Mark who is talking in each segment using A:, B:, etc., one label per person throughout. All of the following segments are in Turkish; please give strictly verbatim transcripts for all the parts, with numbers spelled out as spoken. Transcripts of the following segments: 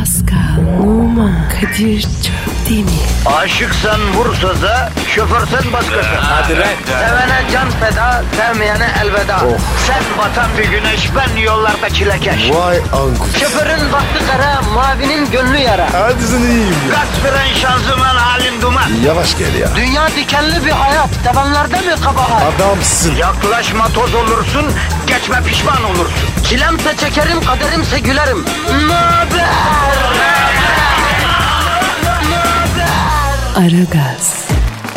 A: Pascal, Oman, Kadir çok değil mi?
B: Aşıksan vursa da, şoförsen başkasın.
C: Hadi lan.
B: Sevene can feda, sevmeyene elveda.
C: Oh.
B: Sen batan bir güneş, ben yollarda çilekeş.
C: Vay anku.
B: Şoförün baktı kara, mavinin gönlü yara.
C: Hadi sen iyiyim ya.
B: Kasperen şanzıman halin duman.
C: Yavaş gel ya.
B: Dünya dikenli bir hayat, sevenlerde mi kabahar?
C: Adamsın.
B: Yaklaşma toz olursun, geçme pişman olursun. Çilemse çekerim, kaderimse gülerim. Möber!
A: Aragaz.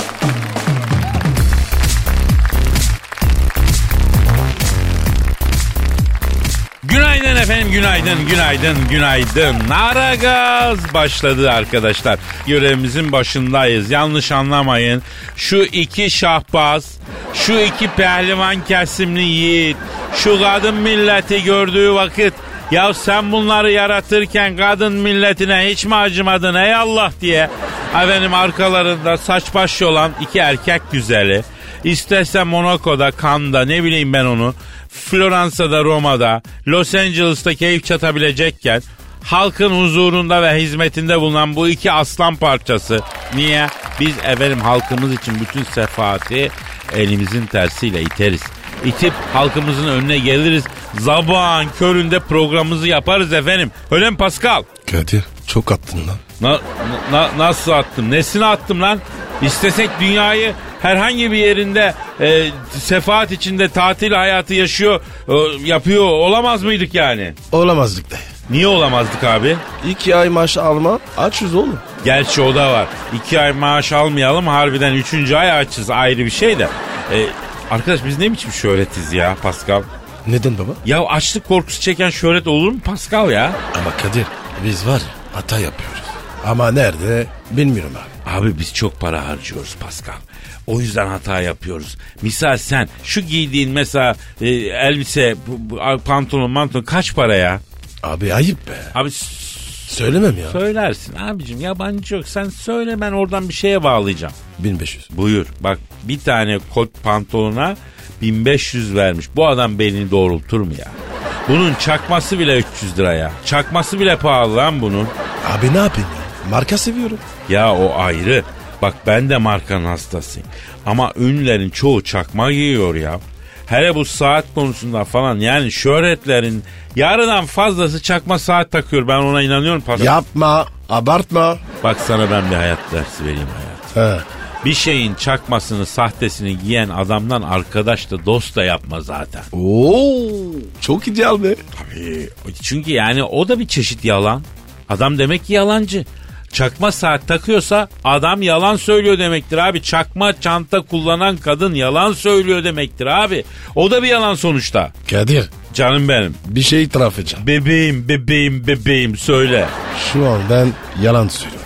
D: Günaydın efendim, günaydın, günaydın, günaydın. Aragaz başladı arkadaşlar. Görevimizin başındayız. Yanlış anlamayın. Şu iki şahbaz, şu iki pehlivan kesimli yiğit, şu kadın milleti gördüğü vakit, ya sen bunları yaratırken kadın milletine hiç mi acımadın ey Allah diye. Efendim arkalarında saç baş olan iki erkek güzeli. İsterse Monaco'da, Cannes'da, ne bileyim ben onu, Floransa'da, Roma'da, Los Angeles'ta keyif çatabilecekken halkın huzurunda ve hizmetinde bulunan bu iki aslan parçası. Niye? Biz efendim halkımız için bütün sefaati elimizin tersiyle iteriz. İtip halkımızın önüne geliriz. Sabahın köründe programımızı yaparız efendim. Öyle mi Pascal?
C: Kadir çok attın lan.
D: Na, na, nasıl attım? Nesini attım lan? İstesek dünyayı herhangi bir yerinde e, sefaat içinde tatil hayatı yaşıyor, e, yapıyor olamaz mıydık yani?
C: Olamazdık dayı.
D: Niye olamazdık abi?
C: İki ay maaş alma açız oğlum.
D: Gerçi o da var. İki ay maaş almayalım, harbiden üçüncü ay açız, ayrı bir şey de. E, arkadaş biz ne biçim şöhretiz ya Pascal?
C: Neden baba?
D: Ya açlık korkusu çeken şöhret olur mu Pascal ya?
C: Ama Kadir biz var ya hata yapıyoruz. Ama nerede bilmiyorum abi.
D: Abi biz çok para harcıyoruz Pascal. O yüzden hata yapıyoruz. Misal sen şu giydiğin mesela e, elbise, bu, bu, pantolon, mantolon kaç para ya?
C: Abi ayıp be.
D: Abi
C: söylemem ya.
D: Söylersin abicim, yabancı yok. Sen söyle, ben oradan bir şeye bağlayacağım.
C: bin beş yüz.
D: Buyur bak, bir tane kot pantolona bin beş yüz vermiş. Bu adam belini doğrultur mu ya? Bunun çakması bile üç yüz lira ya. Çakması bile pahalı lan bunun.
C: Abi ne yapayım ya? Marka seviyorum.
D: Ya o ayrı. Bak ben de markanın hastasıyım. Ama ünlülerin çoğu çakma giyiyor ya. Hele bu saat konusunda falan, yani şöhretlerin yarıdan fazlası çakma saat takıyor. Ben ona inanıyorum. Pascal.
C: Yapma, abartma.
D: Bak sana ben bir hayat dersi vereyim hayat.
C: He.
D: Bir şeyin çakmasını, sahtesini giyen adamdan arkadaş da dost da yapma zaten.
C: Oo, çok ideal be.
D: Tabii. Çünkü yani o da bir çeşit yalan. Adam demek ki yalancı. Çakma saat takıyorsa adam yalan söylüyor demektir abi. Çakma çanta kullanan kadın yalan söylüyor demektir abi. O da bir yalan sonuçta.
C: Kadir.
D: Canım benim.
C: Bir şey itiraf edeceğim.
D: Bebeğim, bebeğim, bebeğim söyle.
C: Şu an ben yalan söylüyorum.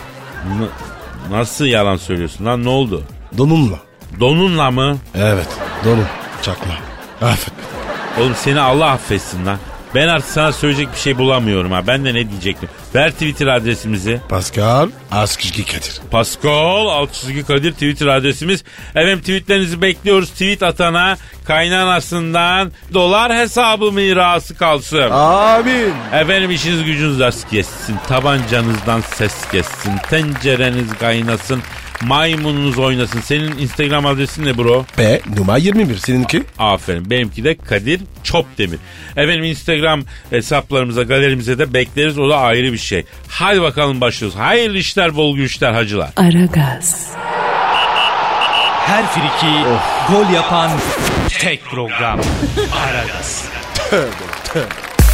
D: N- nasıl yalan söylüyorsun lan, ne oldu?
C: Donumla.
D: Donunla mı?
C: Evet, donum. Çakma. Affet.
D: Oğlum seni Allah affetsin lan. Ben artık sana söyleyecek bir şey bulamıyorum ha. Ben de ne diyecektim? Ver Twitter adresimizi.
C: Pascal Askışki Kadir.
D: Pascal Askışki Kadir Twitter adresimiz. Efendim tweetlerinizi bekliyoruz. Tweet atana kaynanasından dolar hesabı mirası kalsın.
C: Amin.
D: Efendim işiniz gücünüz rast kessin. Tabancanızdan ses kessin. Tencereniz kaynasın. Maymununuz oynasın. Senin Instagram adresin ne bro?
C: P numara yirmi bir, seninki?
D: Aferin. Benimki de Kadir Çopdemir. Efendim Instagram hesaplarımıza, galerimize de bekleriz. O da ayrı bir şey. Hadi bakalım başlıyoruz. Hayırlı işler, bol güçler hacılar.
A: Aragaz.
E: Her friki of. Gol yapan tek program. Aragaz.
C: Tövbe tövbe.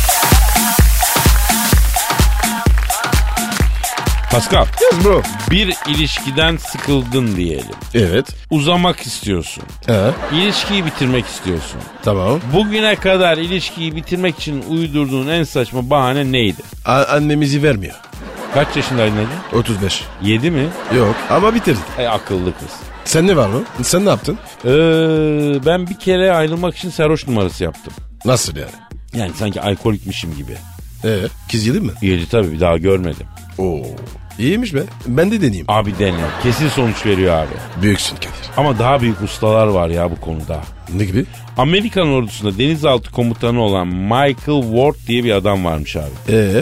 D: Pascal.
C: Yes bro.
D: Bir ilişkiden sıkıldın diyelim.
C: Evet.
D: Uzamak istiyorsun.
C: He.
D: İlişkiyi bitirmek istiyorsun.
C: Tamam.
D: Bugüne kadar ilişkiyi bitirmek için uydurduğun en saçma bahane neydi?
C: A- annemizi vermiyor.
D: Kaç yaşındaydın hadi?
C: otuz beş.
D: Yedi mi?
C: Yok ama bitirdik.
D: Ay akıllı kız.
C: Sen ne var mı? Sen ne yaptın?
D: Ee, ben bir kere ayrılmak için sarhoş numarası yaptım.
C: Nasıl yani?
D: Yani sanki alkolikmişim gibi.
C: Ee, kız yedi mi?
D: Yedi tabii, bir daha görmedim.
C: Oo. İyiymiş be. Ben de deneyeyim.
D: Abi dene. Kesin sonuç veriyor abi.
C: Büyüksün Kadir.
D: Ama daha büyük ustalar var ya bu konuda.
C: Ne gibi?
D: Amerikan ordusunda denizaltı komutanı olan Michael Ward diye bir adam varmış abi.
C: Ee?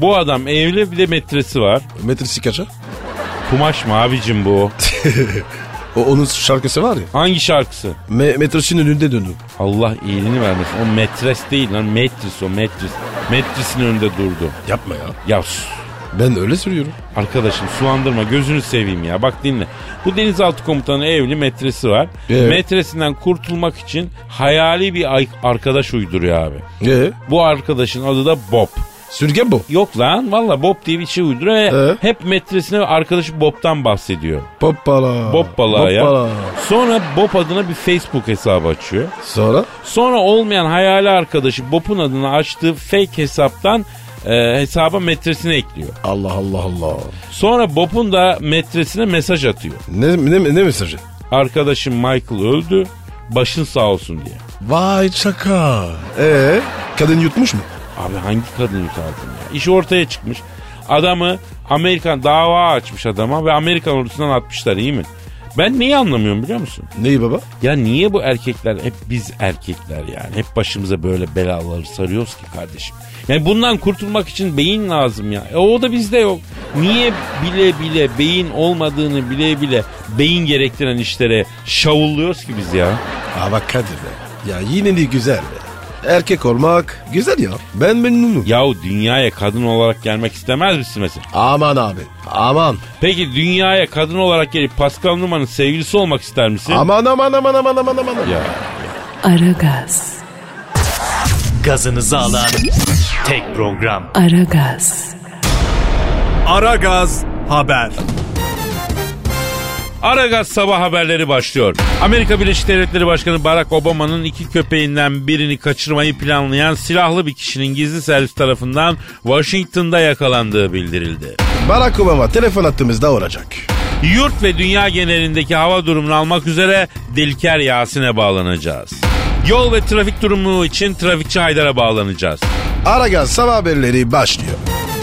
D: Bu adam evli, bir de metresi var.
C: Metresi kaça?
D: Kumaş mı abicim bu?
C: O, onun şarkısı var ya.
D: Hangi şarkısı?
C: Me- metrosinin önünde döndü.
D: Allah iyiliğini vermesin. O metres değil lan, metris o, metris. Metrisin önünde durdu.
C: Yapma ya.
D: Ya sus.
C: Ben öyle söylüyorum.
D: Arkadaşım sulandırma, gözünü seveyim ya. Bak dinle. Bu denizaltı komutanı evli, metresi var.
C: Evet.
D: Metresinden kurtulmak için hayali bir ay- arkadaş uyduruyor abi.
C: Ee?
D: Bu arkadaşın adı da Bob.
C: Sürgen bu.
D: Yok lan, valla Bob diye bir şey uyduruyor ve
C: Ee?
D: hep metresine arkadaşı Bob'tan bahsediyor.
C: Hoppala.
D: Bob balığı ya.
C: Hoppala.
D: Sonra Bob adına bir Facebook hesabı açıyor.
C: Sonra?
D: Sonra olmayan hayali arkadaşı Bob'un adına açtığı fake hesaptan e, hesaba metresini ekliyor.
C: Allah Allah Allah.
D: Sonra Bob'un da metresine mesaj atıyor.
C: Ne, ne, ne mesajı?
D: Arkadaşım Michael öldü, başın sağ olsun diye.
C: Vay şaka. Ee, kadın yutmuş mu?
D: Abi hangi kadın yutardın ya? İş ortaya çıkmış. Adamı Amerikan dava açmış adama ve Amerikan ordusundan atmışlar, iyi mi? Ben neyi anlamıyorum biliyor musun?
C: Neyi baba?
D: Ya niye bu erkekler, hep biz erkekler yani, hep başımıza böyle belaları sarıyoruz ki kardeşim? Yani bundan kurtulmak için beyin lazım ya. E o da bizde yok. Niye bile bile, beyin olmadığını bile bile beyin gerektiren işlere şavulluyoruz ki biz ya?
C: Aa bak Kadir be. Ya yine de güzel be. Erkek olmak güzel ya. Ben memnunum.
D: Yahu dünyaya kadın olarak gelmek istemez misin mesela?
C: Aman abi. Aman.
D: Peki dünyaya kadın olarak gelip Pascal Numa'nın sevgilisi olmak ister misin?
C: Aman aman aman aman aman aman.
D: Ya.
A: Aragaz.
E: Gazınızı alan tek program.
A: Aragaz.
E: Aragaz Haber.
D: Aragaz sabah haberleri başlıyor. Amerika Birleşik Devletleri Başkanı Barack Obama'nın iki köpeğinden birini kaçırmayı planlayan silahlı bir kişinin gizli servis tarafından Washington'da yakalandığı bildirildi.
C: Barack Obama telefon hattımızda olacak.
D: Yurt ve dünya genelindeki hava durumunu almak üzere Dilker Yasin'e bağlanacağız. Yol ve trafik durumu için trafikçi Haydar'a bağlanacağız.
C: Aragaz sabah haberleri başlıyor.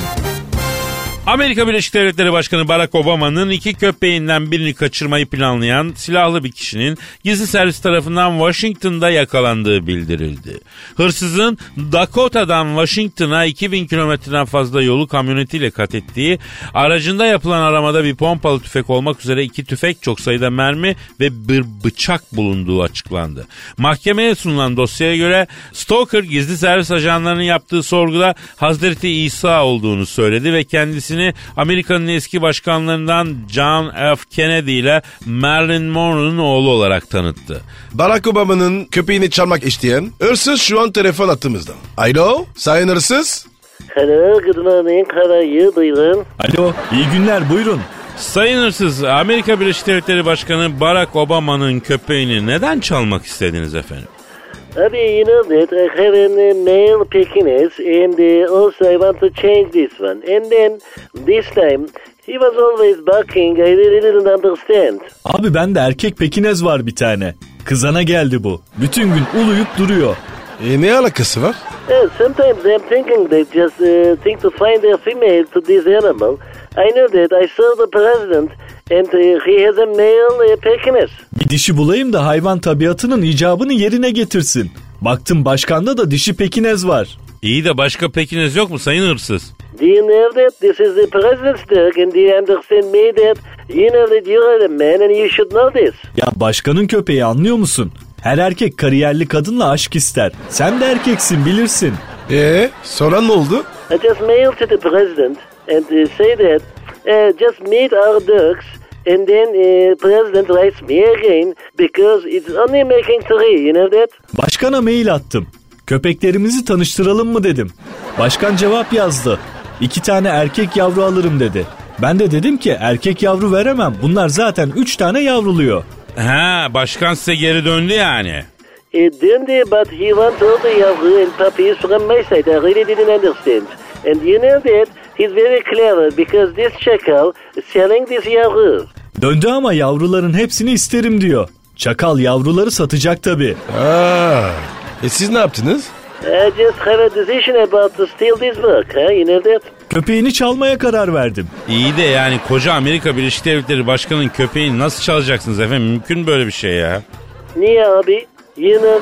D: Amerika Birleşik Devletleri Başkanı Barack Obama'nın iki köpeğinden birini kaçırmayı planlayan silahlı bir kişinin gizli servis tarafından Washington'da yakalandığı bildirildi. Hırsızın Dakota'dan Washington'a iki bin kilometreden fazla yolu kamyonetiyle kat ettiği, aracında yapılan aramada bir pompalı tüfek olmak üzere iki tüfek, çok sayıda mermi ve bir bıçak bulunduğu açıklandı. Mahkemeye sunulan dosyaya göre Stoker gizli servis ajanlarının yaptığı sorguda Hazreti İsa olduğunu söyledi ve kendisini Amerika'nın eski başkanlarından John F. Kennedy ile Marilyn Monroe'nun oğlu olarak tanıttı.
C: Barack Obama'nın köpeğini çalmak isteyen hırsız şu an telefon hattımızda. Alo, sayın hırsız.
F: Hello, good morning, how are you, buyurun.
E: Alo, iyi günler, buyurun.
D: Sayın hırsız, Amerika Birleşik Devletleri Başkanı Barack Obama'nın köpeğini neden çalmak istediniz efendim?
F: Abi, you know that I have a uh, male Pekines and uh, also I want to change this one. And then this time he was always barking, I really didn't understand.
G: Abi bende erkek Pekinez var bir tane. Kızana geldi bu. Bütün gün uluyup duruyor.
C: E ne alakası var?
F: Uh, sometimes I'm thinking that just uh, think to find a female to this animal. I know that I saw the president and uh, he has a male uh, Pekines.
G: Bir dişi bulayım da hayvan tabiatının icabını yerine getirsin. Baktım başkanda da dişi Pekinez var.
D: İyi de başka Pekiniz yok mu sayın hırsız?
F: Do you know that this is the president's dog and do you understand me that you know that you are a man and you should know this?
G: Ya başkanın köpeği, anlıyor musun? Her erkek kariyerli kadınla aşk ister. Sen de erkeksin, bilirsin.
C: E sonra ne oldu?
F: I just mailed to the president and uh, say that uh, just meet our dogs and then uh, president writes me again because it's only making three, you know that?
G: Başkana mail attım. Köpeklerimizi tanıştıralım mı dedim. Başkan cevap yazdı. İki tane erkek yavru alırım dedi. Ben de dedim ki erkek yavru veremem. Bunlar zaten üç tane yavruluyor.
D: Ha, başkan size geri döndü yani.
F: He döndü but he wants all the yavru and puppies from my side. I really didn't understand. And you know that he's very clever because this chacal is selling this yavru.
G: Döndü ama yavruların hepsini isterim diyor. Çakal yavruları satacak tabii.
C: Aa, e siz ne yaptınız?
F: I just have a decision about to steal this book, huh? You know that?
G: Köpeğini çalmaya karar verdim.
D: İyi de yani koca Amerika Birleşik Devletleri Başkanı'nın köpeğini nasıl çalacaksınız efendim? Mümkün böyle bir şey ya.
F: Niye abi? You know that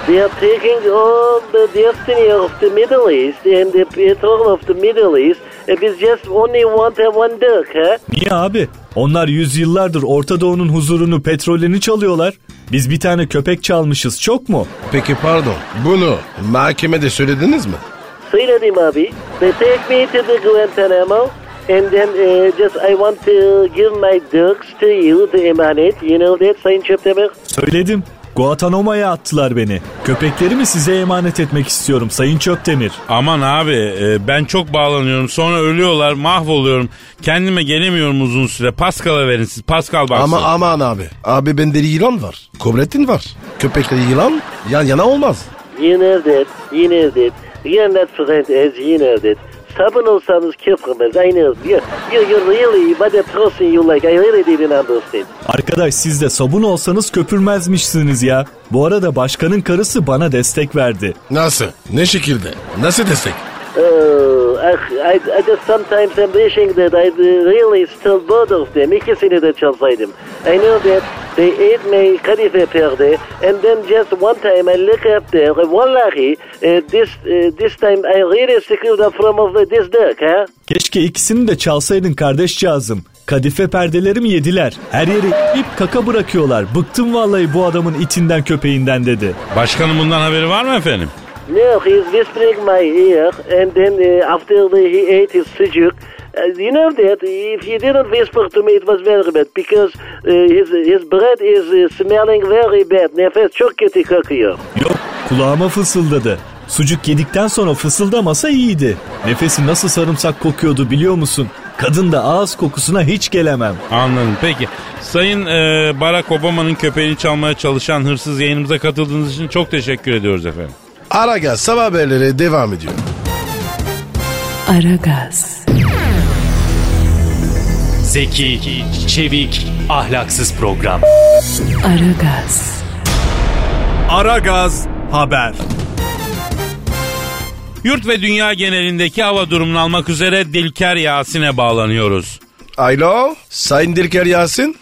F: They are taking on the destiny of the Middle East and the throne of the Middle East. And we just only want a one duck, huh?
G: Niye abi? Onlar yüzyıllardır Orta Doğu'nun huzurunu, petrolünü çalıyorlar. Biz bir tane köpek çalmışız, çok mu?
C: Peki pardon, bunu mahkemede söylediniz mi?
F: Söyledim abi. They take me to the Guantanamo. And then uh, just I want to give my ducks to you, the emanet. You know that, Sayın Çöptemir?
G: Söyledim. Guantanamo'ya attılar beni. Köpeklerimi size emanet etmek istiyorum Sayın Çöptemir.
D: Aman abi e, ben çok bağlanıyorum, sonra ölüyorlar, mahvoluyorum. Kendime gelemiyorum uzun süre. Pascal'a verin siz, Pascal baksın.
C: Ama aman abi. Abi bende yılan var. Kobrettin var. Köpekle yılan yan yana olmaz.
F: You know that, you know that. You're not friend as you know that. Sabun olsanız köpürmez, I know. You, you, you're really but a person you like. I really didn't understand.
G: Arkadaş siz de sabun olsanız köpürmezmişsiniz ya. Bu arada başkanın karısı bana destek verdi.
C: Nasıl? Ne şekilde? Nasıl destek?
F: Oh, I, I, I just sometimes I'm wishing that I really stole both of them. İkisini de çalsaydım. I know that they ate my kadife perde, and then just one time I look up there, wallahi, uh, this uh, this time I really secured them from of this duck, huh?
G: Keşke ikisini de çalsaydın kardeşcağızım. Kadife perdelerimi yediler. Her yere ip kaka bırakıyorlar. Bıktım vallahi bu adamın itinden köpeğinden dedi.
D: Başkanın bundan haberi var mı efendim?
F: No, he's whispering my ear, and then uh, after the, he ate his sucuk, uh, you know that if he didn't whisper to me, it was very bad because uh, his his breath is uh, smelling very bad. Nefes çok kötü kokuyor.
G: Yok, kulağıma fısıldadı. Sucuk yedikten sonra fısıldamasa iyiydi. Nefesi nasıl sarımsak kokuyordu biliyor musun? Kadın da ağız kokusuna hiç gelemem.
D: Anladım. Peki Sayın e, Barack Obama'nın köpeğini çalmaya çalışan hırsız yayınımıza katıldığınız için çok teşekkür ediyoruz efendim.
C: Aragaz sabah haberleri devam ediyor.
A: Aragaz.
E: Zeki, çevik, ahlaksız program.
A: Aragaz.
G: Aragaz haber.
D: Yurt ve dünya genelindeki hava durumunu almak üzere Dilker Yasin'e bağlanıyoruz.
C: Alo, Sayın Dilker Yasin.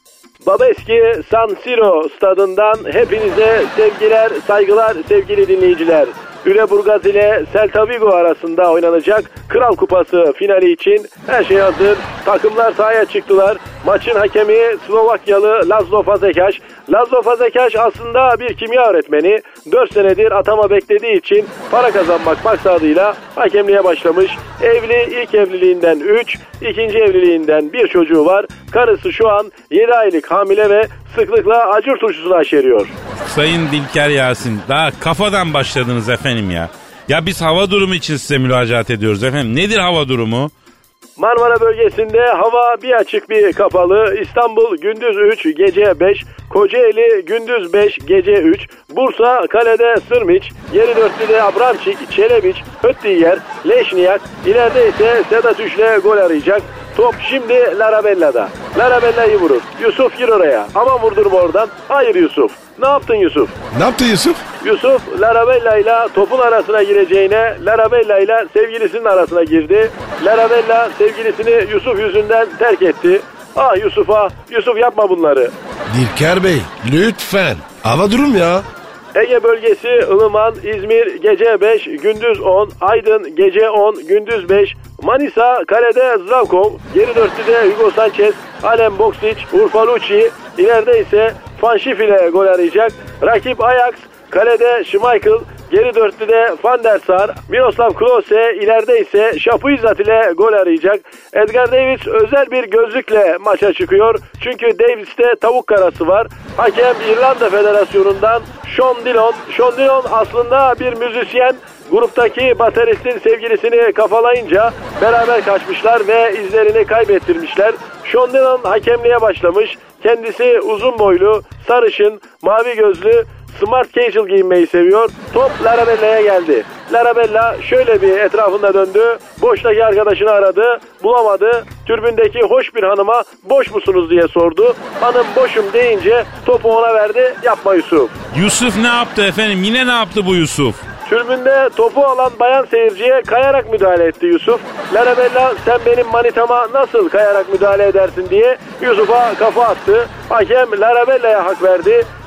H: Babeski San Siro stadından hepinize sevgiler, saygılar sevgili dinleyiciler. Lüleburgaz ile Celta Vigo arasında oynanacak Kral Kupası finali için her şey hazır. Takımlar sahaya çıktılar. Maçın hakemi Slovakyalı Laszlo Fazekas. Laszlo Fazekas aslında bir kimya öğretmeni. dört senedir atama beklediği için para kazanmak maksadıyla hakemliğe başlamış. Evli, ilk evliliğinden üç, ikinci evliliğinden bir çocuğu var. Karısı şu an yedi aylık hamile ve sıklıkla acur turşusunu aşeriyor.
D: Sayın Dilker Yasin, daha kafadan başladınız efendim ya. Ya biz hava durumu için size müracaat ediyoruz efendim. Nedir hava durumu?
H: Marmara bölgesinde hava bir açık bir kapalı. İstanbul gündüz üç, gece beş. Kocaeli gündüz beş, gece üç. Bursa kalede Sırmiç, geri dörtlüde Abramçik, Çelebiç, Höttiyer, Leşniyak. İleride ise Sedat Üç'le gol arayacak. Top şimdi Larabella'da. Larabella'yı vurur. Yusuf gir oraya. Ama vurdurma oradan. Hayır Yusuf. Ne yaptın Yusuf?
C: Ne yaptı Yusuf?
H: Yusuf Larabella ile topun arasına gireceğine Larabella ile sevgilisinin arasına girdi. Larabella sevgilisini Yusuf yüzünden terk etti. Ah Yusuf'a, Yusuf yapma bunları.
C: Dilker Bey lütfen. Hava durum ya.
H: Ege bölgesi ılıman, İzmir gece beş, gündüz on, Aydın gece on, gündüz beş, Manisa kalede Zdravkov, geri dörtlüde Hugo Sanchez, Alem Boksic, Urfa Lucci, ileride ise Fanşif ile gol arayacak. Rakip Ajax, kalede Schmeichel, geri dörtlüde Van der Sar, Miroslav Klose, ileride ise Şapuizat ile gol arayacak. Edgar Davids özel bir gözlükle maça çıkıyor. Çünkü Davids'te tavuk karası var. Hakem İrlanda Federasyonu'ndan Sean Dillon. Sean Dillon aslında bir müzisyen. Gruptaki bateristin sevgilisini kafalayınca beraber kaçmışlar ve izlerini kaybettirmişler. Sean Dillon hakemliğe başlamış. Kendisi uzun boylu, sarışın, mavi gözlü, smart casual giyinmeyi seviyor. Top Larabella'ya geldi. Larabella şöyle bir etrafında döndü. Boştaki arkadaşını aradı. Bulamadı. Tribündeki hoş bir hanıma boş musunuz diye sordu. Hanım boşum deyince topu ona verdi. Yapma Yusuf.
D: Yusuf ne yaptı efendim? Yine ne yaptı bu Yusuf?
H: Tribünde topu alan bayan seyirciye kayarak müdahale etti Yusuf. Larabella sen benim manitama nasıl kayarak müdahale edersin diye Yusuf'a kafa attı. Hakem Larabella'ya hak verdi.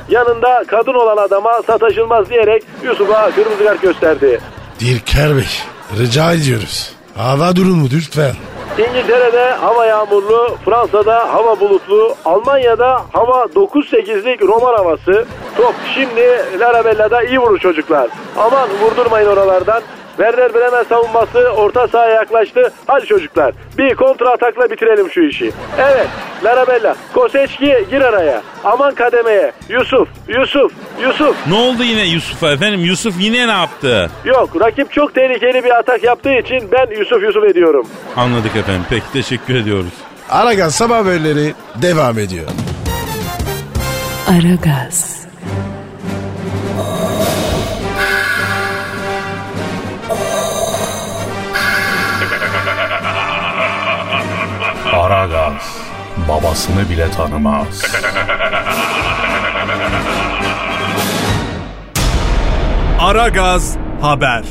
H: Yanında kadın olan adama sataşılmaz diyerek Yusuf'a kırmızı kart gösterdi.
C: Dilker Bey, rica ediyoruz. Hava durumu lütfen.
H: İngiltere'de hava yağmurlu, Fransa'da hava bulutlu, Almanya'da hava dokuz sekizlik roman havası. Top şimdi Larabella'da iyi vurur çocuklar. Aman vurdurmayın oralardan. Werner Bremen savunması orta sahaya yaklaştı. Hadi çocuklar bir kontra atakla bitirelim şu işi. Evet Larabella, Koseçki gir araya. Aman kademeye. Yusuf, Yusuf, Yusuf.
D: Ne oldu yine Yusuf'a efendim? Yusuf yine ne yaptı?
H: Yok, rakip çok tehlikeli bir atak yaptığı için ben Yusuf Yusuf ediyorum.
D: Anladık efendim. Peki teşekkür ediyoruz.
C: Aragaz sabah haberleri devam ediyor.
A: Aragaz.
E: Aragaz babasını bile tanımaz.
G: Aragaz haber.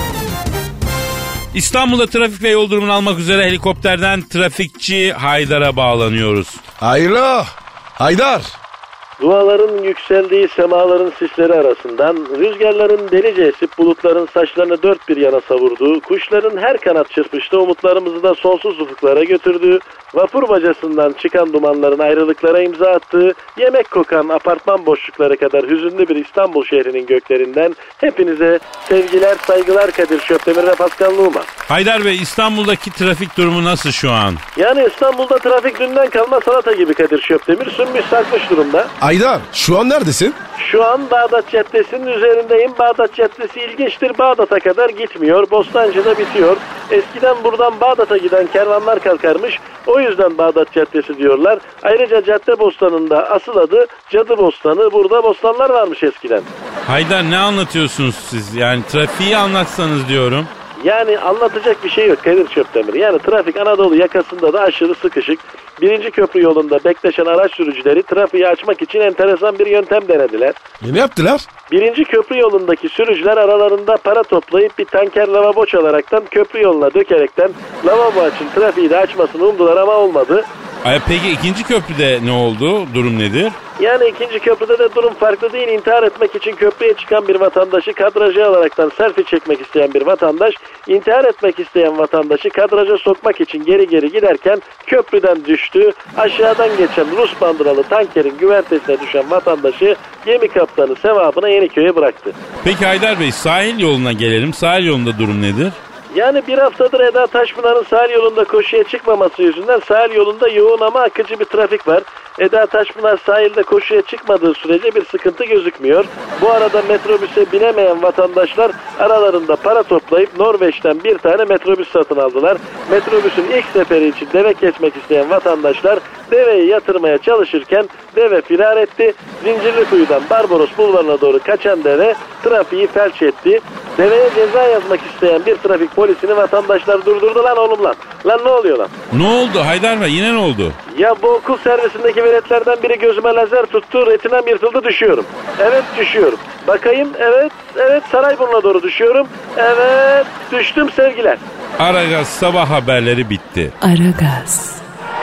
D: İstanbul'da trafik ve yol durumunu almak üzere helikopterden trafikçi Haydar'a bağlanıyoruz.
C: Hayro, Haydar.
H: Duaların yükseldiği semaların sisleri arasından, rüzgarların delice esip bulutların saçlarını dört bir yana savurduğu, kuşların her kanat çırpıştığı umutlarımızı da sonsuz ufuklara götürdüğü, vapur bacasından çıkan dumanların ayrılıklara imza attığı, yemek kokan apartman boşlukları kadar hüzünlü bir İstanbul şehrinin göklerinden hepinize sevgiler, saygılar Kadir Şöpdemir ve Pascal Numa.
D: Haydar Bey, İstanbul'daki trafik durumu nasıl şu an?
H: Yani İstanbul'da trafik dünden kalma salata gibi Kadir Şöpdemir, sünmüş sarkmış durumda.
C: Haydar, şu an neredesin?
H: Şu an Bağdat Caddesi'nin üzerindeyim. Bağdat Caddesi ilginçtir. Bağdat'a kadar gitmiyor. Bostancı'da bitiyor. Eskiden buradan Bağdat'a giden kervanlar kalkarmış. O yüzden Bağdat Caddesi diyorlar. Ayrıca Cadde Bostanı'nda asıl adı Cadı Bostanı. Burada bostanlar varmış eskiden.
D: Haydar, ne anlatıyorsunuz siz? Yani trafiği anlatsanız diyorum.
H: Yani anlatacak bir şey yok Kadir Çöptemir. Yani trafik Anadolu yakasında da aşırı sıkışık. Birinci köprü yolunda bekleşen araç sürücüleri trafiği açmak için enteresan bir yöntem denediler.
C: E ne yaptılar?
H: Birinci köprü yolundaki sürücüler aralarında para toplayıp bir tanker lavabo çalaraktan köprü yoluna dökerekten lavabo açın trafiği de açmasını umdular ama olmadı.
D: Ay, peki ikinci köprüde ne oldu? Durum nedir?
H: Yani ikinci köprüde de durum farklı değil. İntihar etmek için köprüye çıkan bir vatandaşı kadraja alaraktan selfie çekmek isteyen bir vatandaş, intihar etmek isteyen vatandaşı kadraja sokmak için geri geri giderken köprüden düştü. Aşağıdan geçen Rus bandıralı tankerin güvertesine düşen vatandaşı gemi kaptanı sevabına Yeniköy'e bıraktı.
D: Peki Haydar Bey, sahil yoluna gelelim. Sahil yolunda durum nedir?
H: Yani bir haftadır Eda Taşpınar'ın sahil yolunda koşuya çıkmaması yüzünden sahil yolunda yoğun ama akıcı bir trafik var. Eda Taşpınar sahilde koşuya çıkmadığı sürece bir sıkıntı gözükmüyor. Bu arada metrobüse binemeyen vatandaşlar aralarında para toplayıp Norveç'ten bir tane metrobüs satın aldılar. Metrobüsün ilk seferi için deve geçmek isteyen vatandaşlar deveyi yatırmaya çalışırken deve firar etti. Zincirlikuyu'dan Barbaros Bulvarı'na doğru kaçan deve trafiği felç etti. Deveye ceza yazmak isteyen bir trafik polisini vatandaşlar durdurdu lan oğlum lan. Lan ne oluyor lan?
D: Ne oldu Haydar Bey, yine ne oldu?
H: Ya bu okul servisindeki veletlerden biri gözüme lazer tuttu, retinem yırtıldı, düşüyorum. Evet düşüyorum. Bakayım, evet, evet Sarayburnu'na doğru düşüyorum. Evet düştüm sevgiler.
D: Aragaz sabah haberleri bitti.
A: Aragaz.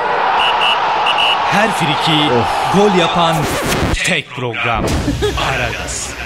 E: Her friki gol yapan tek program. Aragaz.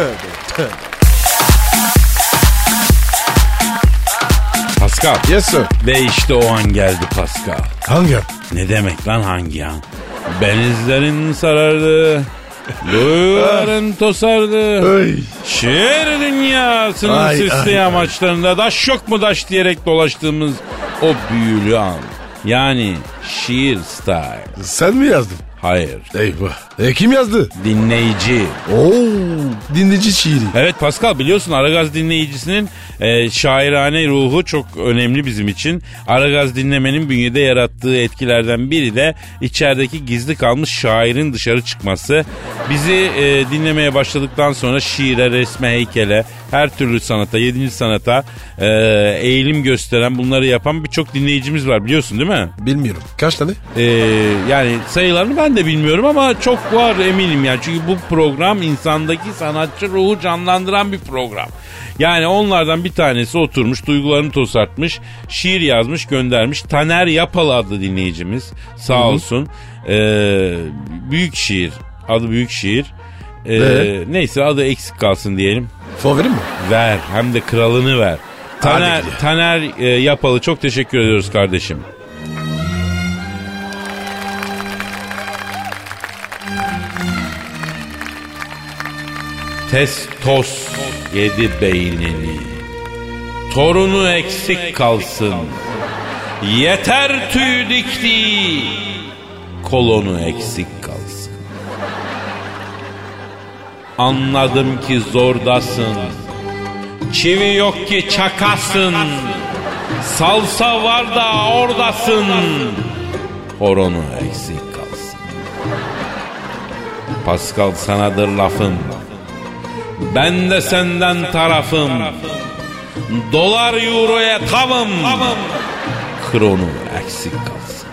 D: Pascal.
C: Yes sir.
D: Ve işte o an geldi Pascal.
C: Hangi an?
D: Ne demek lan hangi an? Benizlerin sarardı. Duyguların tosardı.
C: Ay.
D: Şiir dünyasının
C: Ay,
D: sisli
C: ay,
D: yamaçlarında daş yok mu daş diyerek dolaştığımız o büyülü an. Yani şiir style.
C: Sen mi yazdın?
D: Hayır.
C: Eyvah. E kim yazdı?
D: Dinleyici.
C: Oo, dinleyici şiiri.
D: Evet Pascal, biliyorsun Aragaz dinleyicisinin e, şairane ruhu çok önemli bizim için. Aragaz dinlemenin bünyede yarattığı etkilerden biri de içerideki gizli kalmış şairin dışarı çıkması. Bizi e, dinlemeye başladıktan sonra şiire, resme, heykele, her türlü sanata, yedinci sanata e, eğilim gösteren, bunları yapan birçok dinleyicimiz var, biliyorsun değil mi?
C: Bilmiyorum. Kaç tane?
D: E, yani sayılarını ben de bilmiyorum ama çok var eminim yani. Çünkü bu program insandaki sanatçı ruhu canlandıran bir program. Yani onlardan bir tanesi oturmuş, duygularını tosartmış, şiir yazmış, göndermiş. Taner Yapalı adlı dinleyicimiz sağ olsun. Ee, büyük şiir, adı büyük şiir. Ee,
C: Ee?
D: neyse adı eksik kalsın diyelim.
C: Favorim mi?
D: Ver hem de kralını ver. Taner,
C: Hadi.
D: Taner e, Yapalı çok teşekkür ediyoruz kardeşim. Testos yedi beynini, torunu eksik kalsın. Yeter tüy dikti, kolonu eksik kalsın. Anladım ki zordasın, çivi yok ki çakasın. Salsa var da oradasın, horonu eksik kalsın. Pascal sanadır lafım, ben de senden tarafım. Dolar euroya tavım, kronu eksik kalsın.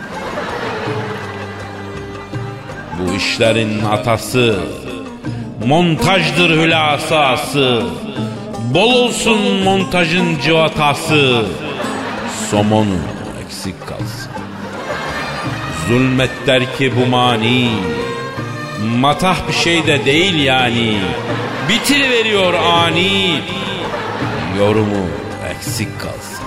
D: Bu işlerin atası montajdır hülasası. Bol olsun montajın civatası, somonu eksik kalsın. Zulmet der ki bu mani, matah bir şey de değil yani. Bitiriveriyor ani, yorumu eksik kalsın.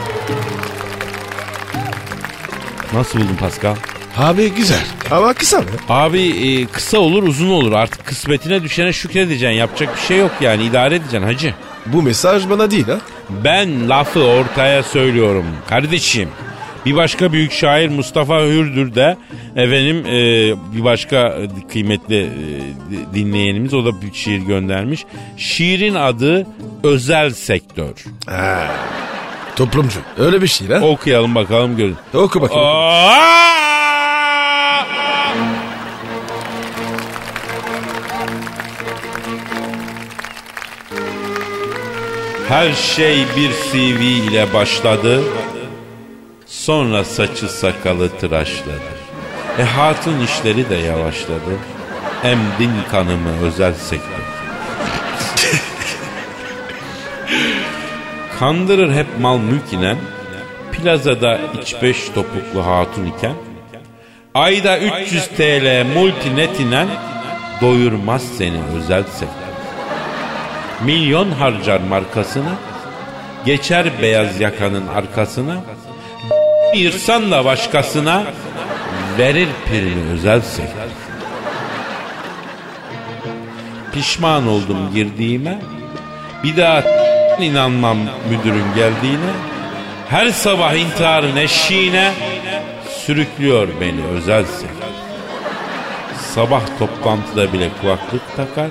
D: Nasıl buldun Pascal?
C: Abi güzel ama kısa mı?
D: Abi e, kısa olur uzun olur, artık kısmetine düşene şükredeceksin, yapacak bir şey yok yani, idare edeceksin hacı.
C: Bu mesaj bana değil ha.
D: Ben lafı ortaya söylüyorum kardeşim. Bir başka büyük şair Mustafa Hürdür de efendim e, bir başka kıymetli e, dinleyenimiz, o da bir şiir göndermiş. Şiirin adı Özel Sektör.
C: Ha. Toplumcu. Öyle bir şey ha.
D: Okuyalım bakalım görün.
C: Oku bakayım.
D: Aa! Her şey bir C V ile başladı. Sonra saçı sakalı tıraşladı. E hatun işleri de yavaşladı. Emdin kanımı özel sektör. Kandırır hep mal mülk inen, plazada iç beş topuklu hatun iken, ayda üç yüz TL multinet inen, doyurmaz seni özel sektör. Milyon harcar markasına, geçer beyaz yakanın arkasına, yırsan da başkasına, verir prini özel sektör. Pişman oldum girdiğime, bir daha inanmam müdürün geldiğine, her sabah intiharın eşiğine, sürüklüyor beni özel sektör. Sabah toplantıda bile kulaklık takar,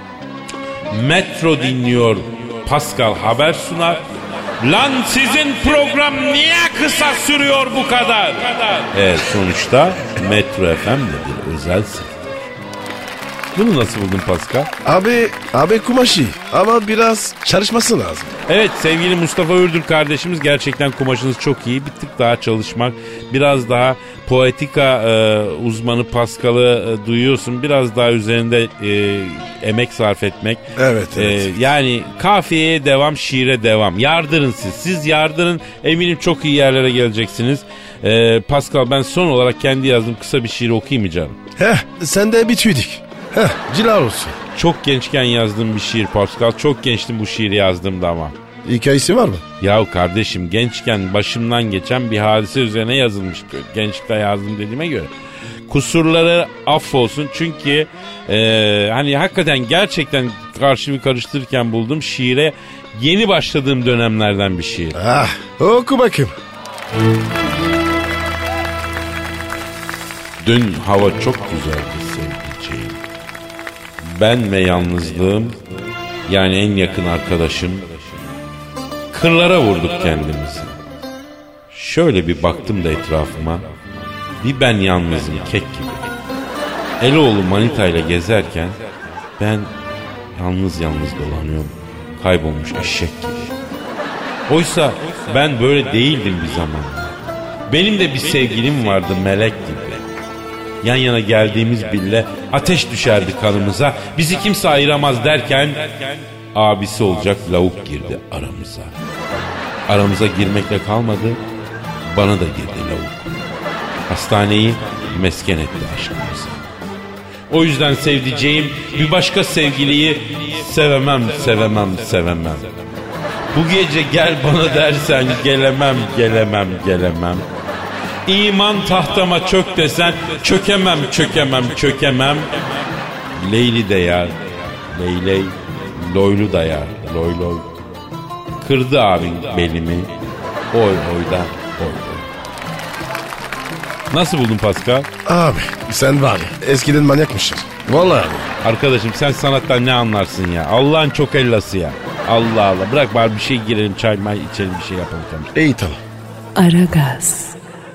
D: metro dinliyor, Pascal haber sunar. Lan sizin program niye kısa sürüyor bu kadar? Evet, sonuçta Metro F M de bir özel sektör. Bunu nasıl buldun Pascal?
C: Abi, abi kumaşı ama biraz çalışması lazım.
D: Evet, sevgili Mustafa Ürdür kardeşimiz, gerçekten kumaşınız çok iyi. Bir tık daha çalışmak, biraz daha poetika e, uzmanı Pascal'ı e, duyuyorsun. Biraz daha üzerinde e, emek sarf etmek.
C: Evet, evet.
D: E, yani kafiyeye devam, şiire devam. Yardırın siz. Siz yardırın. Eminim çok iyi yerlere geleceksiniz. E, Pascal, ben son olarak kendi yazdığım kısa bir şiir okuyayım mı canım?
C: Heh, sen de bitiydik. Heh, cilar olsun.
D: Çok gençken yazdığım bir şiir Pascal. Çok gençtim bu şiiri yazdığımda ama.
C: Hikayesi var mı?
D: Ya kardeşim, gençken başımdan geçen bir hadise üzerine yazılmış. Gençlikte yazdım dediğime göre. Kusurları affolsun çünkü e, hani hakikaten gerçekten karşımı karıştırırken buldum, şiire yeni başladığım dönemlerden bir şiir.
C: Ah, oku bakayım.
D: Dün hava çok güzeldi sevdiceğim. Ben ve yalnızlığım, yani en yakın arkadaşım, kırlara vurduk kendimizi. Şöyle bir baktım da etrafıma, bir ben yalnızım kek gibi. Eloğlu manita ile gezerken ben yalnız yalnız dolanıyorum, kaybolmuş eşek gibi. Oysa ben böyle değildim bir zamanlar. Benim de bir sevgilim vardı melek gibi. Yan yana geldiğimiz bile ateş düşerdi kanımıza. Bizi kimse ayıramaz derken abisi olacak lavuk girdi aramıza. Aramıza girmekle kalmadı, bana da girdi lavuk. Hastaneyi mesken etti aşkımıza. O yüzden sevdiceğim bir başka sevgiliyi sevemem, sevemem, sevemem. Bu gece gel bana dersen gelemem, gelemem, gelemem. İman tahtama çök desen çökemem, çökemem, çökemem. Leyli de yar, leyley, loylu da yar, loy loy. Kırdı abin belimi, oy oyda, oy oy. Nasıl buldun Pascal?
C: Abi sen var ya eskiden manyakmışsın. Vallahi abi.
D: Arkadaşım sen sanattan ne anlarsın ya? Allah'ın çok ellası ya. Allah Allah. Bırak bari bir şey girelim, çay may içelim, bir şey yapalım. Tamam.
C: İyi tamam.
A: Aragaz.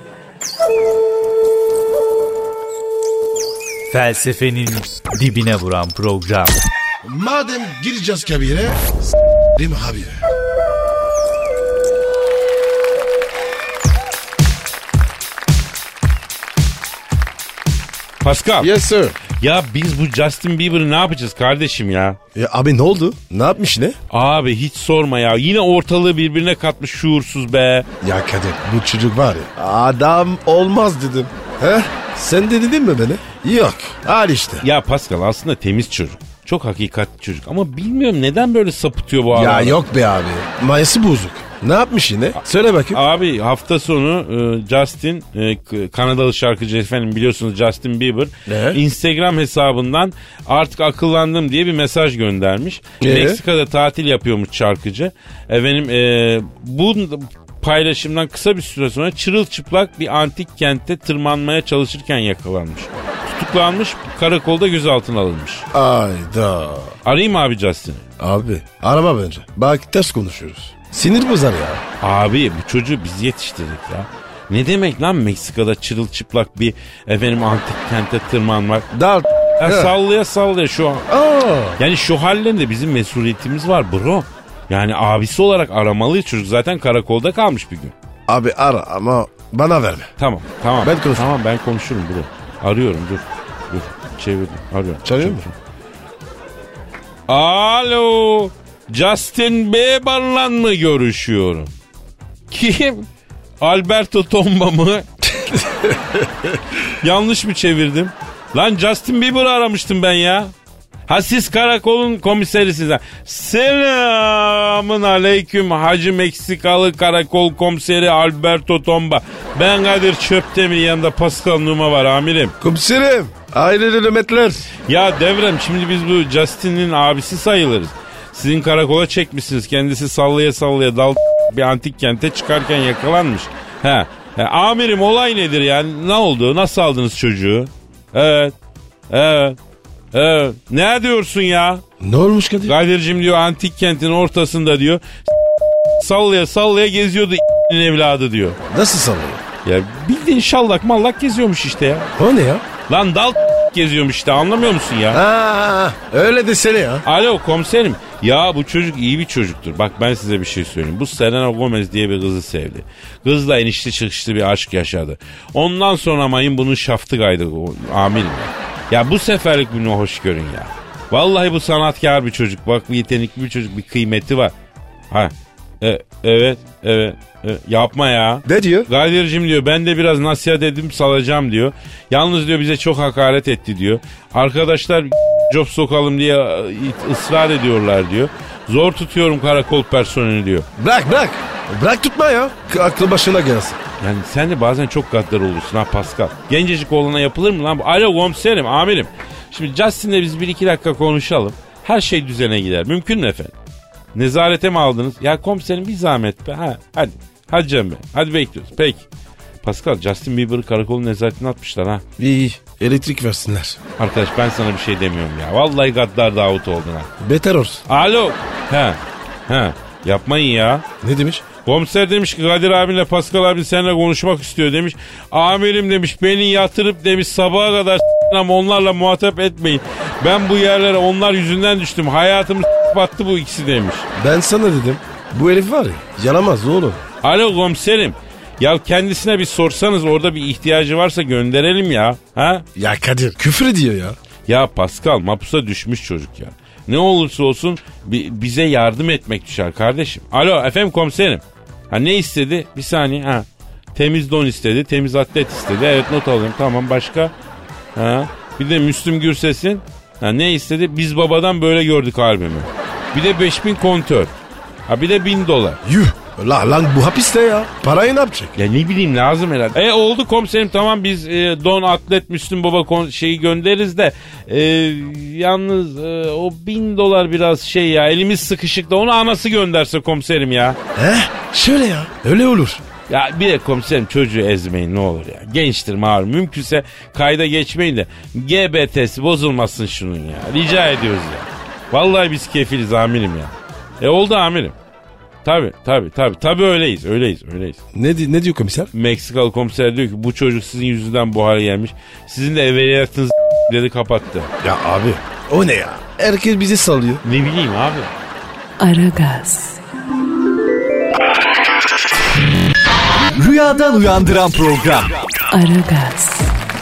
E: Felsefenin dibine vuran program.
C: Madem gireceğiz kabire, s***rim habire.
D: Pascal.
C: Yes sir.
D: Ya biz bu Justin Bieber'ı ne yapacağız kardeşim ya?
C: Ya abi ne oldu? Ne yapmış ne?
D: Abi hiç sorma ya. Yine ortalığı birbirine katmış şuursuz be.
C: Ya Kadir bu çocuk var ya adam olmaz dedim. He? Sen de dedin mi beni? Yok. Al işte.
D: Ya Pascal aslında temiz çocuk. Çok hakikatli çocuk ama bilmiyorum neden böyle sapıtıyor bu
C: Ya
D: aralar.
C: yok be abi. Mayası bozuk. Ne yapmış yine? Söyle bakayım.
D: Abi hafta sonu e, Justin e, Kanadalı şarkıcı efendim biliyorsunuz Justin Bieber
C: Ne?
D: Instagram hesabından artık akıllandım diye bir mesaj göndermiş.
C: Ne?
D: Meksika'da tatil yapıyormuş şarkıcı. Efendim e, bu paylaşımdan kısa bir süre sonra çırılçıplak bir antik kentte tırmanmaya çalışırken yakalanmış. Tutuklanmış, karakolda gözaltına alınmış.
C: Ayda.
D: Arayayım abi Justin'i.
C: Abi arama bence. Bak ters konuşuyoruz. Sinir bozar ya.
D: Abi bu çocuğu biz yetiştirdik ya. Ne demek lan Meksika'da çırılçıplak bir efendim antik kente tırmanmak?
C: Dal.
D: Ya sallaya sallaya şu an.
C: Aa.
D: Yani şu hallerinde bizim mesuliyetimiz var bro. Yani abisi olarak aramalıyız, çocuk zaten karakolda kalmış bir gün.
C: Abi ara ama bana verme.
D: Tamam tamam.
C: Ben konuşurum.
D: Tamam ben konuşurum bro. Arıyorum dur. Dur çevirdim arıyorum.
C: Çalıyor mu?
D: Alo. Justin Bieber'la mı görüşüyorum? Kim? Alberto Tomba mı? Yanlış mı çevirdim? Lan Justin Bieber'ı aramıştım ben ya. Ha siz karakolun komiserisiniz. Selamın aleyküm Hacı Meksikalı karakol komiseri Alberto Tomba. Ben Kadir Çöptemir, yanında Pascal Numa var amirim.
C: Komiserim. Aile hürmetler.
D: Ya Devrem şimdi biz bu Justin'in abisi sayılırız. Sizin karakola çekmişsiniz. Kendisi sallaya sallaya dal bir antik kente çıkarken yakalanmış. He. He. Amirim olay nedir yani? Ne oldu? Nasıl aldınız çocuğu? Evet. Evet. Evet. Ne diyorsun ya?
C: Ne olmuş Kadir?
D: Kadir'cim diyor antik kentin ortasında diyor. Sallaya sallaya geziyordu evladı diyor.
C: Nasıl sallıyor?
D: Ya bildiğin şallak mallak geziyormuş işte ya.
C: O ne ya?
D: Lan dal geziyormuş işte, anlamıyor musun ya?
C: Ha, öyle desene ya.
D: Alo komiserim. Ya bu çocuk iyi bir çocuktur. Bak ben size bir şey söyleyeyim. Bu Selena Gomez diye bir kızı sevdi. Kızla inişli çıkışlı bir aşk yaşadı. Ondan sonra mayın bunun şaftı kaydı. Amirim ya. Ya bu seferlik bunu hoş görün ya. Vallahi bu sanatkar bir çocuk. Bak bir yetenekli bir çocuk. Bir kıymeti var. Ha. E, evet. Evet. Evet. Yapma ya.
C: Ne diyor?
D: Kadir'cim diyor ben de biraz nasihat edip salacağım diyor. Yalnız diyor bize çok hakaret etti diyor. Arkadaşlar job sokalım diye ısrar ediyorlar diyor. Zor tutuyorum karakol personeli diyor.
C: Bırak bırak. Bırak tutma ya. Aklı başına gelsin.
D: Yani sen de bazen çok gaddar olursun ha Pascal. Gencecik oğlana yapılır mı lan? Alo komiserim, amirim. Şimdi Justin'le biz bir iki dakika konuşalım. Her şey düzene gider. Mümkün mü efendim? Nezarete mi aldınız? Ya komiserim bir zahmet be. Ha, hadi. Hadi Cem Bey. Hadi bekliyoruz. Peki. Pascal, Justin Bieber'ı karakolun nezaretine atmışlar ha.
C: İyi iyi. Elektrik versinler.
D: Arkadaş ben sana bir şey demiyorum ya. Vallahi gaddar Davut oldun ha.
C: Beter olsun.
D: Alo. He. He. Yapmayın ya.
C: Ne demiş?
D: Komiser demiş ki Kadir abinle Pascal abin seninle konuşmak istiyor demiş. Amirim demiş beni yatırıp demiş sabaha kadar ama onlarla muhatap etmeyin. Ben bu yerlere onlar yüzünden düştüm. Hayatımı battı bu ikisi demiş.
C: Ben sana dedim. Bu herif var ya yaramaz oğlum.
D: Alo komiserim. Ya kendisine bir sorsanız orada bir ihtiyacı varsa gönderelim ya. Ha?
C: Ya Kadir küfür ediyor ya.
D: Ya Pascal mapusa düşmüş çocuk ya. Ne olursa olsun bize yardım etmek düşer kardeşim. Alo efendim komiserim. Ha ne istedi? Bir saniye ha. Temiz don istedi, temiz atlet istedi. Evet not alıyorum. Tamam başka? Ha. Bir de Müslüm Gürses'in ha, ne istedi? Biz babadan böyle gördük albümü. Bir de beş bin kontör. Ha bir de bin dolar.
C: Yuh. La, lan bu hapiste ya. Parayı ne yapacak?
D: Ya ne bileyim lazım herhalde. E oldu komiserim tamam biz e, Don Atlet Müslüm Baba kon- şeyi göndeririz de e, yalnız e, o bin dolar biraz şey ya elimiz sıkışık da onu anası gönderse komiserim ya.
C: He? Şöyle ya. Öyle olur.
D: Ya bir de komiserim çocuğu ezmeyin ne olur ya. Gençtir malum mümkünse kayda geçmeyin de G B T'si bozulmasın şunun ya. Rica ediyoruz ya. Vallahi biz kefiliz amirim ya. E oldu amirim. Tabii tabii tabii tabii öyleyiz öyleyiz öyleyiz.
C: Ne, di- ne diyor komiser?
D: Meksikalı komiser diyor ki bu çocuk sizin yüzünden bu hale gelmiş. Sizin de evveliyatınız dedi kapattı.
C: Ya abi o ne ya? Herkes bizi sallıyor.
D: Ne bileyim abi.
A: Aragaz,
E: Rüyadan uyandıran program.
A: Aragaz,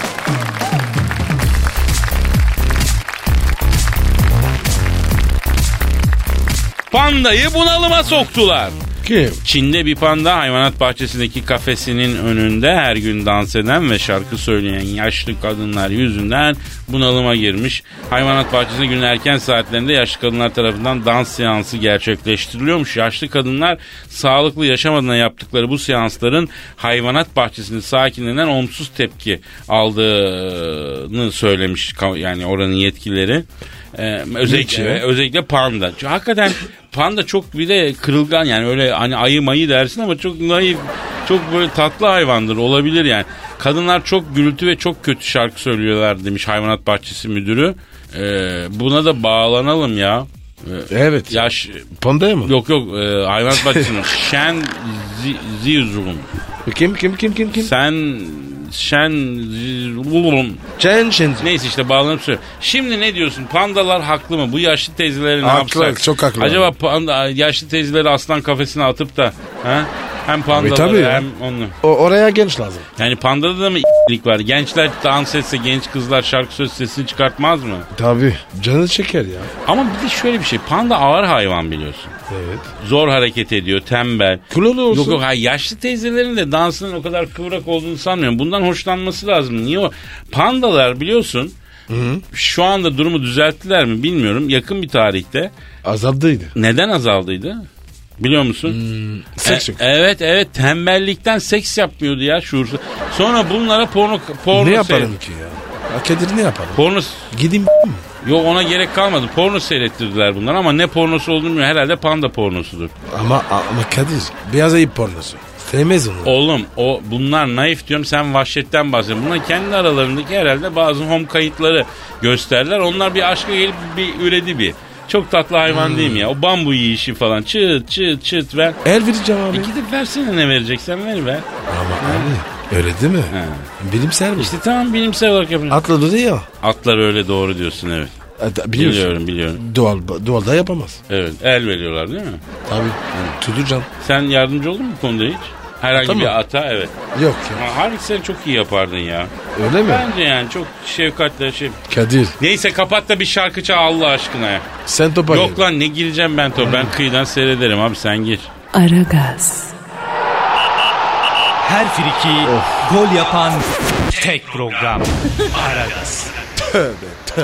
D: Pandayı bunalıma soktular.
C: Kim?
D: Çin'de bir panda hayvanat bahçesindeki kafesinin önünde her gün dans eden ve şarkı söyleyen yaşlı kadınlar yüzünden bunalıma girmiş. Hayvanat bahçesinde günün erken saatlerinde yaşlı kadınlar tarafından dans seansı gerçekleştiriliyormuş. Yaşlı kadınlar sağlıklı yaşam adına yaptıkları bu seansların hayvanat bahçesinin sakinlerinden olumsuz tepki aldığını söylemiş yani oranın yetkilileri. Ee, özellikle, özellikle panda. Çünkü hakikaten panda çok bir de kırılgan yani öyle hani ayı mayı dersin ama çok naif, çok böyle tatlı hayvandır olabilir yani. Kadınlar çok gürültü ve çok kötü şarkı söylüyorlar demiş hayvanat bahçesi müdürü. Ee, buna da bağlanalım ya. Ee,
C: evet.
D: Yaş
C: Pandaya mı?
D: Yok yok e, hayvanat bahçesinin Shen Zizun.
C: Kim kim kim kim kim?
D: Sen Şen
C: Chen Shen.
D: Neyse işte bağlanıp söylüyorum. Şimdi ne diyorsun? Pandalar haklı mı? Bu yaşlı teyzeleri ne
C: haklı,
D: yapsak?
C: çok haklı.
D: Acaba panda, yaşlı teyzeleri aslan kafesine atıp da ha? Hem pandaları hem onu.
C: O, oraya genç lazım.
D: Yani pandada da mı ***lik var? Gençler dans etse genç kızlar şarkı söz sesini çıkartmaz mı?
C: Tabii. Canı çeker ya.
D: Ama bir de şöyle bir şey. Panda ağır hayvan biliyorsun.
C: Evet.
D: Zor hareket ediyor, tembel.
C: Kulolu olsun.
D: Yok yok hayır, yaşlı teyzelerin de dansının o kadar kıvrak olduğunu sanmıyorum. Bundan hoşlanması lazım. Niye o? Pandalar biliyorsun. Hı-hı. Şu anda durumu düzelttiler mi bilmiyorum. Yakın bir tarihte.
C: Azaldıydı.
D: Neden azaldıydı? Biliyor musun?
C: Hmm, seks yok.
D: E, evet evet tembellikten seks yapmıyordu ya şuursuz. Sonra bunlara porno porno
C: ne yapalım ki ya? ya? Kadir ne yapalım?
D: Porno
C: gideyim.
D: Yok ona gerek kalmadı. Porno seyrettirdiler bunlar ama ne pornosu olduğunu bilmiyorum. Herhalde panda pornosudur.
C: Ama ama Kadir beyaz ayıp pornosu. Sevmez onu.
D: Oğlum o bunlar naif diyorum sen vahşetten bahsediyorsun. Bunlar kendi aralarındaki herhalde bazı home kayıtları gösterdiler. Onlar bir aşka gelip bir üredi bir. Çok tatlı hayvan hmm. değil mi ya? O bambu yiyişi falan çıt çıt çıt ver.
C: El vereceğim abi.
D: E gidip versene ne vereceksen ver be.
C: Ama abi öyle değil mi? Ha. Bilimsel mi?
D: İşte tamam bilimsel olarak yapın.
C: Atladı ya.
D: Atlar öyle doğru diyorsun evet.
C: E, biliyorum
D: biliyorum.
C: Doğal, doğalda yapamaz.
D: Evet el veriyorlar değil mi?
C: Tabii. Tutacağım.
D: Sen yardımcı oldun mu bu konuda hiç? Herhangi
C: tamam.
D: bir ata evet.
C: Yok ya.
D: Halbuki sen çok iyi yapardın ya.
C: Öyle mi?
D: Bence yani çok şefkatle şey.
C: Kadir.
D: Neyse kapat da bir şarkı çal Allah aşkına ya.
C: Sen topa
D: Yok
C: gel.
D: lan ne gireceğim ben top. Ben kıyıdan seyrederim abi sen gir.
A: Aragaz,
E: Her friki of. Gol yapan tek program. Aragaz.
C: Tövbe tövbe.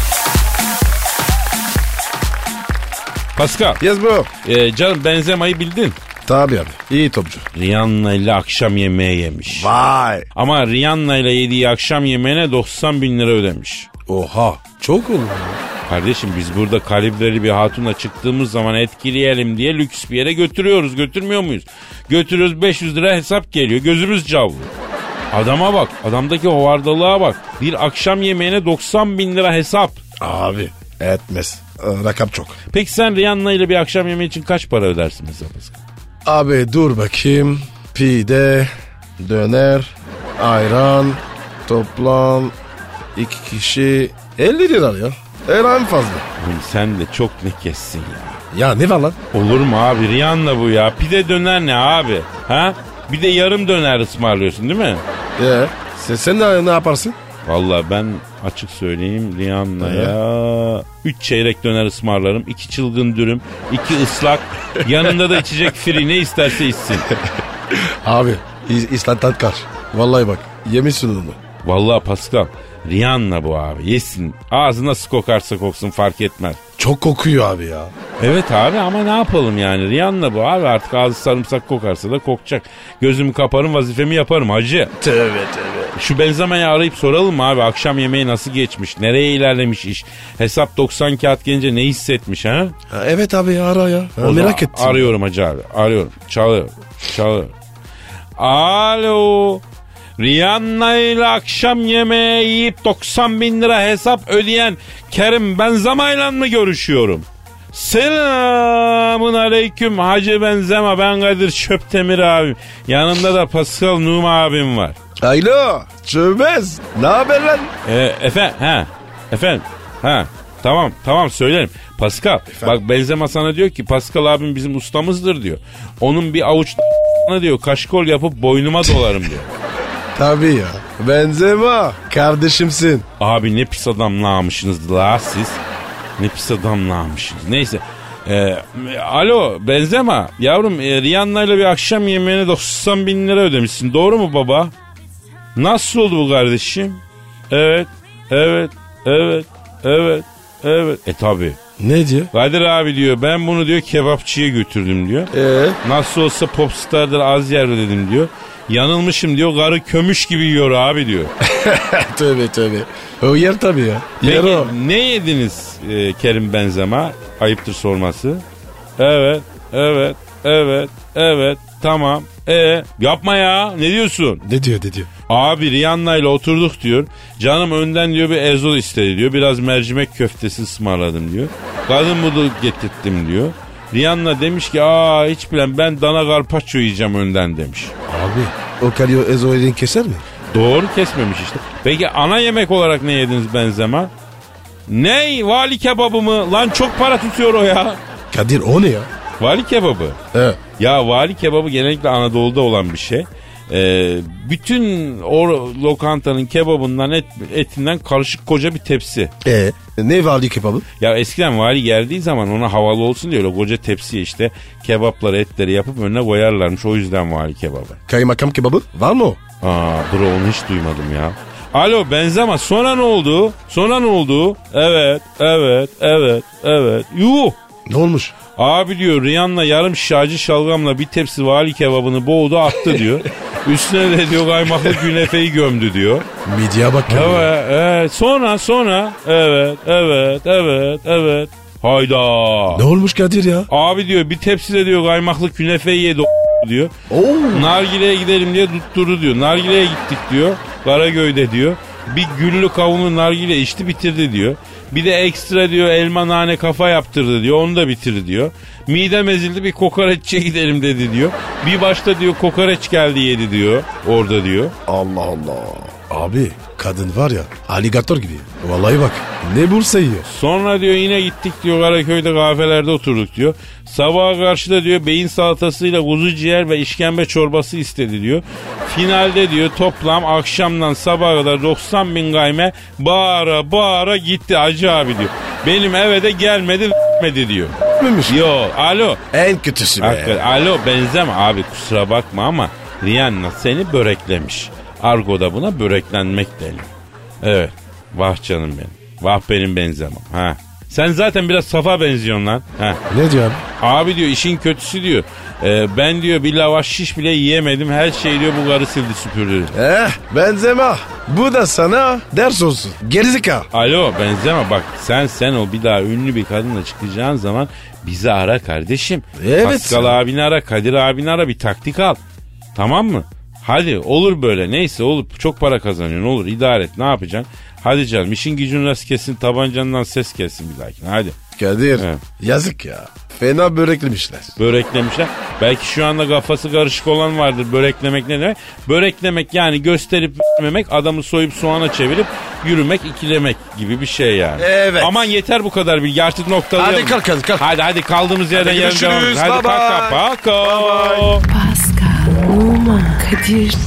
D: Pascal.
C: Yes bro.
D: Ee, canım Benzema'yı bildin.
C: Tabii abi. İyi topçu.
D: Rihanna ile akşam yemeği yemiş.
C: Vay.
D: Ama Rihanna ile yediği akşam yemeğine doksan bin lira ödemiş.
C: Oha. Çok olur mu?
D: Kardeşim biz burada kalibreli bir hatunla çıktığımız zaman etkileyelim diye lüks bir yere götürüyoruz. Götürmüyor muyuz? Götürüyoruz beş yüz lira hesap geliyor. Gözümüz cavlı. Adama bak. Adamdaki hovardalığa bak. Bir akşam yemeğine doksan bin lira hesap.
C: Abi etmez. Rakam çok.
D: Peki sen Rihanna ile bir akşam yemeği için kaç para ödersin mesela?
C: Abi dur bakayım. Pide, döner, ayran, toplam iki kişi elli lira ya. Her en fazla.
D: Oğlum sen de çok ne kessin ya.
C: Ya ne var lan?
D: Olur mu abi Rihanna bu ya. Pide döner ne abi? Ha? Bir de yarım döner ısmarlıyorsun değil mi?
C: Ya sen, sen de ne yaparsın?
D: Vallahi ben açık söyleyeyim Rihanna'ya üç çeyrek döner ısmarlarım. iki çılgın dürüm, iki ıslak. Yanında da içecek free ne isterse içsin.
C: Abi İslam Tatkar. Vallahi bak yemişsin onu.
D: Vallahi Pascal Rihanna bu abi. Yesin. Ağzı nasıl kokarsa koksun fark etmez.
C: Çok kokuyor abi ya.
D: Evet abi ama ne yapalım yani. Rihanna bu abi. Artık ağzı sarımsak kokarsa da kokacak. Gözümü kaparım, vazifemi yaparım hacı.
C: Tövbe tövbe.
D: Şu Benzema'yı arayıp soralım mı abi? Akşam yemeği nasıl geçmiş? Nereye ilerlemiş iş? Hesap doksan kağıt gelince ne hissetmiş ha?
C: Ha, evet abi ya, ara ya. Ha,
D: O
C: merak
D: zaman
C: ettim.
D: Arıyorum hacı abi. Arıyorum. Çalıyor. Çalıyor. Alo. Rihanna ile akşam yemeği yiyip doksan bin lira hesap ödeyen Kerim Benzema'yla mı görüşüyorum? Selamun aleyküm Hacı Benzema, ben Kadir Çöptemir abim. Yanımda da Pascal Numa abim var.
C: Alo Çömez, ne haber lan?
D: Ee, efendim ha efendim ha tamam tamam söylerim. Pascal bak Benzema sana diyor ki Pascal abim bizim ustamızdır diyor. Onun bir avuç diyor kaşkol yapıp boynuma dolarım diyor.
C: Tabii ya. Benzema kardeşimsin.
D: Abi ne pis adamlamışsınız la siz. Ne pis adamlamışsınız. Neyse. Ee, alo Benzema. Yavrum e, Rihanna ile bir akşam yemeğine doksan bin lira ödemişsin. Doğru mu baba? Nasıl oldu bu kardeşim? Evet. Evet. Evet. Evet. Evet. E tabi.
C: Ne diyor?
D: Kadir abi diyor ben bunu diyor kebapçıya götürdüm diyor.
C: Ee?
D: Nasıl olsa popstardır az yer ödedim diyor. Yanılmışım diyor, karı kömüş gibi yiyor abi diyor.
C: Tövbe tövbe. O yer tabii ya. Yer
D: Peki
C: o.
D: ne yediniz e, Kerim Benzema? Ayıptır sorması. Evet, evet, evet, evet, tamam. E yapma ya, ne diyorsun?
C: Ne diyor ne diyor?
D: Abi Rihanna ile oturduk diyor. Canım önden diyor bir ezoz istedi diyor. Biraz mercimek köftesi ısmarladım diyor. Kadın budu getirttim diyor. Rihanna demiş ki aa hiç bilen ben dana garpaço yiyeceğim önden demiş.
C: Abi o kalıyor ezoidin keser mi?
D: Doğru kesmemiş işte. Peki ana yemek olarak ne yediniz Benzema? Ney? Vali kebabı mı? Lan çok para tutuyor o ya.
C: Kadir o ne ya?
D: Vali kebabı.
C: He.
D: Ya vali kebabı genellikle Anadolu'da olan bir şey. Ee, bütün o lokantanın kebabından et, etinden karışık koca bir tepsi.
C: E ne vali kebabı?
D: Ya eskiden vali geldiği zaman ona havalı olsun diye öyle koca tepsiye işte kebapları etleri yapıp önüne koyarlarmış, o yüzden vali kebabı.
C: Kaymakam kebabı var mı o?
D: Aa bro onu hiç duymadım ya. Alo Benzema sonra ne oldu? Sonra ne oldu? Evet evet evet evet yuh.
C: Ne olmuş?
D: Abi diyor Rihanna yarım şişacı şalgamla bir tepsi vali kebabını boğdu attı diyor. Üstüne de diyor kaymaklı künefeyi gömdü diyor.
C: Midye bak ya.
D: Evet, evet. Sonra sonra evet evet evet evet. Hayda.
C: Ne olmuş Kadir ya?
D: Abi diyor bir tepside diyor kaymaklı künefeyi yedi o diyor.
C: Oo.
D: Nargile'ye gidelim diye tutturdu diyor. Nargile'ye gittik diyor. Karagöy'de diyor. Bir güllü kavunlu nargile içti bitirdi diyor. Bir de ekstra diyor elma nane kafa yaptırdı diyor. Onu da bitirdi diyor. Midem ezildi bir kokoreççiye gidelim dedi diyor. Bir başta diyor kokoreç geldi yedi diyor. Orada diyor.
C: Allah Allah. Abi kadın var ya aligatör gibi. Vallahi bak ne bursa yiyor.
D: Sonra diyor yine gittik diyor Karaköy'de kahvelerde oturduk diyor. Sabaha karşı da diyor beyin salatasıyla kuzu ciğer ve işkembe çorbası istedi diyor. Finalde diyor toplam akşamdan sabaha kadar doksan bin gayme bağıra bağıra gitti Hacı abi diyor. Benim eve de gelmedi vermedi diyor.
C: Mıymış?
D: Yo alo.
C: En kötüsü be.
D: Hakikaten, alo Benzema abi kusura bakma ama Rihanna seni böreklemiş. Argo'da buna böreklenmek deniyor. Evet. Vah canım benim. Vah benim Benzemam. Ha. Sen zaten biraz safa benziyorsun lan. Ha.
C: Ne diyor abi?
D: Abi diyor işin kötüsü diyor. E, ben diyor bir lavaş şiş bile yiyemedim. Her şey diyor bu karı sildi süpürdü.
C: Eh Benzema. Bu da sana ders olsun. Gerizekalı.
D: Alo Benzema bak sen sen ol bir daha ünlü bir kadınla çıkacağın zaman bizi ara kardeşim.
C: Evet.
D: Pascal abini ara, Kadir abini ara, bir taktik al. Tamam mı? Hadi olur böyle neyse olur çok para kazanıyorsun olur idare et ne yapacaksın? Hadi canım işin gücün rast kesin tabancandan ses gelsin bir dahakine hadi.
C: Kadir
D: Evet.
C: yazık ya. Fena böreklemişler.
D: Böreklemişler. Belki şu anda kafası karışık olan vardır. Böreklemek ne demek? Böreklemek yani gösterip vermemek, adamı soyup soğana çevirip yürümek, ikilemek gibi bir şey yani.
C: Evet.
D: Aman yeter bu kadar bilgi artık noktalayalım.
C: Hadi kalk hadi kalk.
D: Hadi hadi kaldığımız yerden
C: Hadi
D: yarın devam
C: görüşürüz.
D: edelim. Hadi
C: Bye
D: kalk
C: bye.
D: kalk.
C: Bye bye.
A: Pascal, Oman, Kadir çok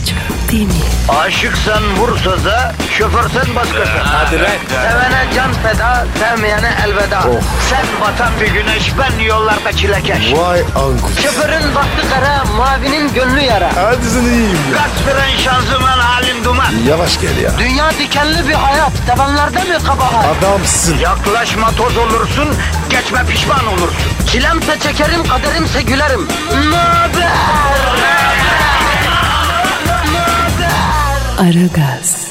A: değil mi?
B: Aşıksan vursa da, şoförsen başkasın.
D: Hadi lan.
B: Sevene can feda, sevmeyene elveda. Sen batan bir güneş, ben yollarda çilekeş.
C: Vay anku.
B: Şoförün baktı kara, mavinin gönlü yara.
C: Hadi sen iyiyim ya.
B: Kasperen şanzıman halin duman.
C: Yavaş gel ya.
B: Dünya dikenli bir hayat, sevenlerde mi kabahar?
C: Adamsın.
B: Yaklaşma toz olursun, geçme pişman olursun. Çilemse çekerim, kaderimse gülerim. Möber!
A: Aragaz.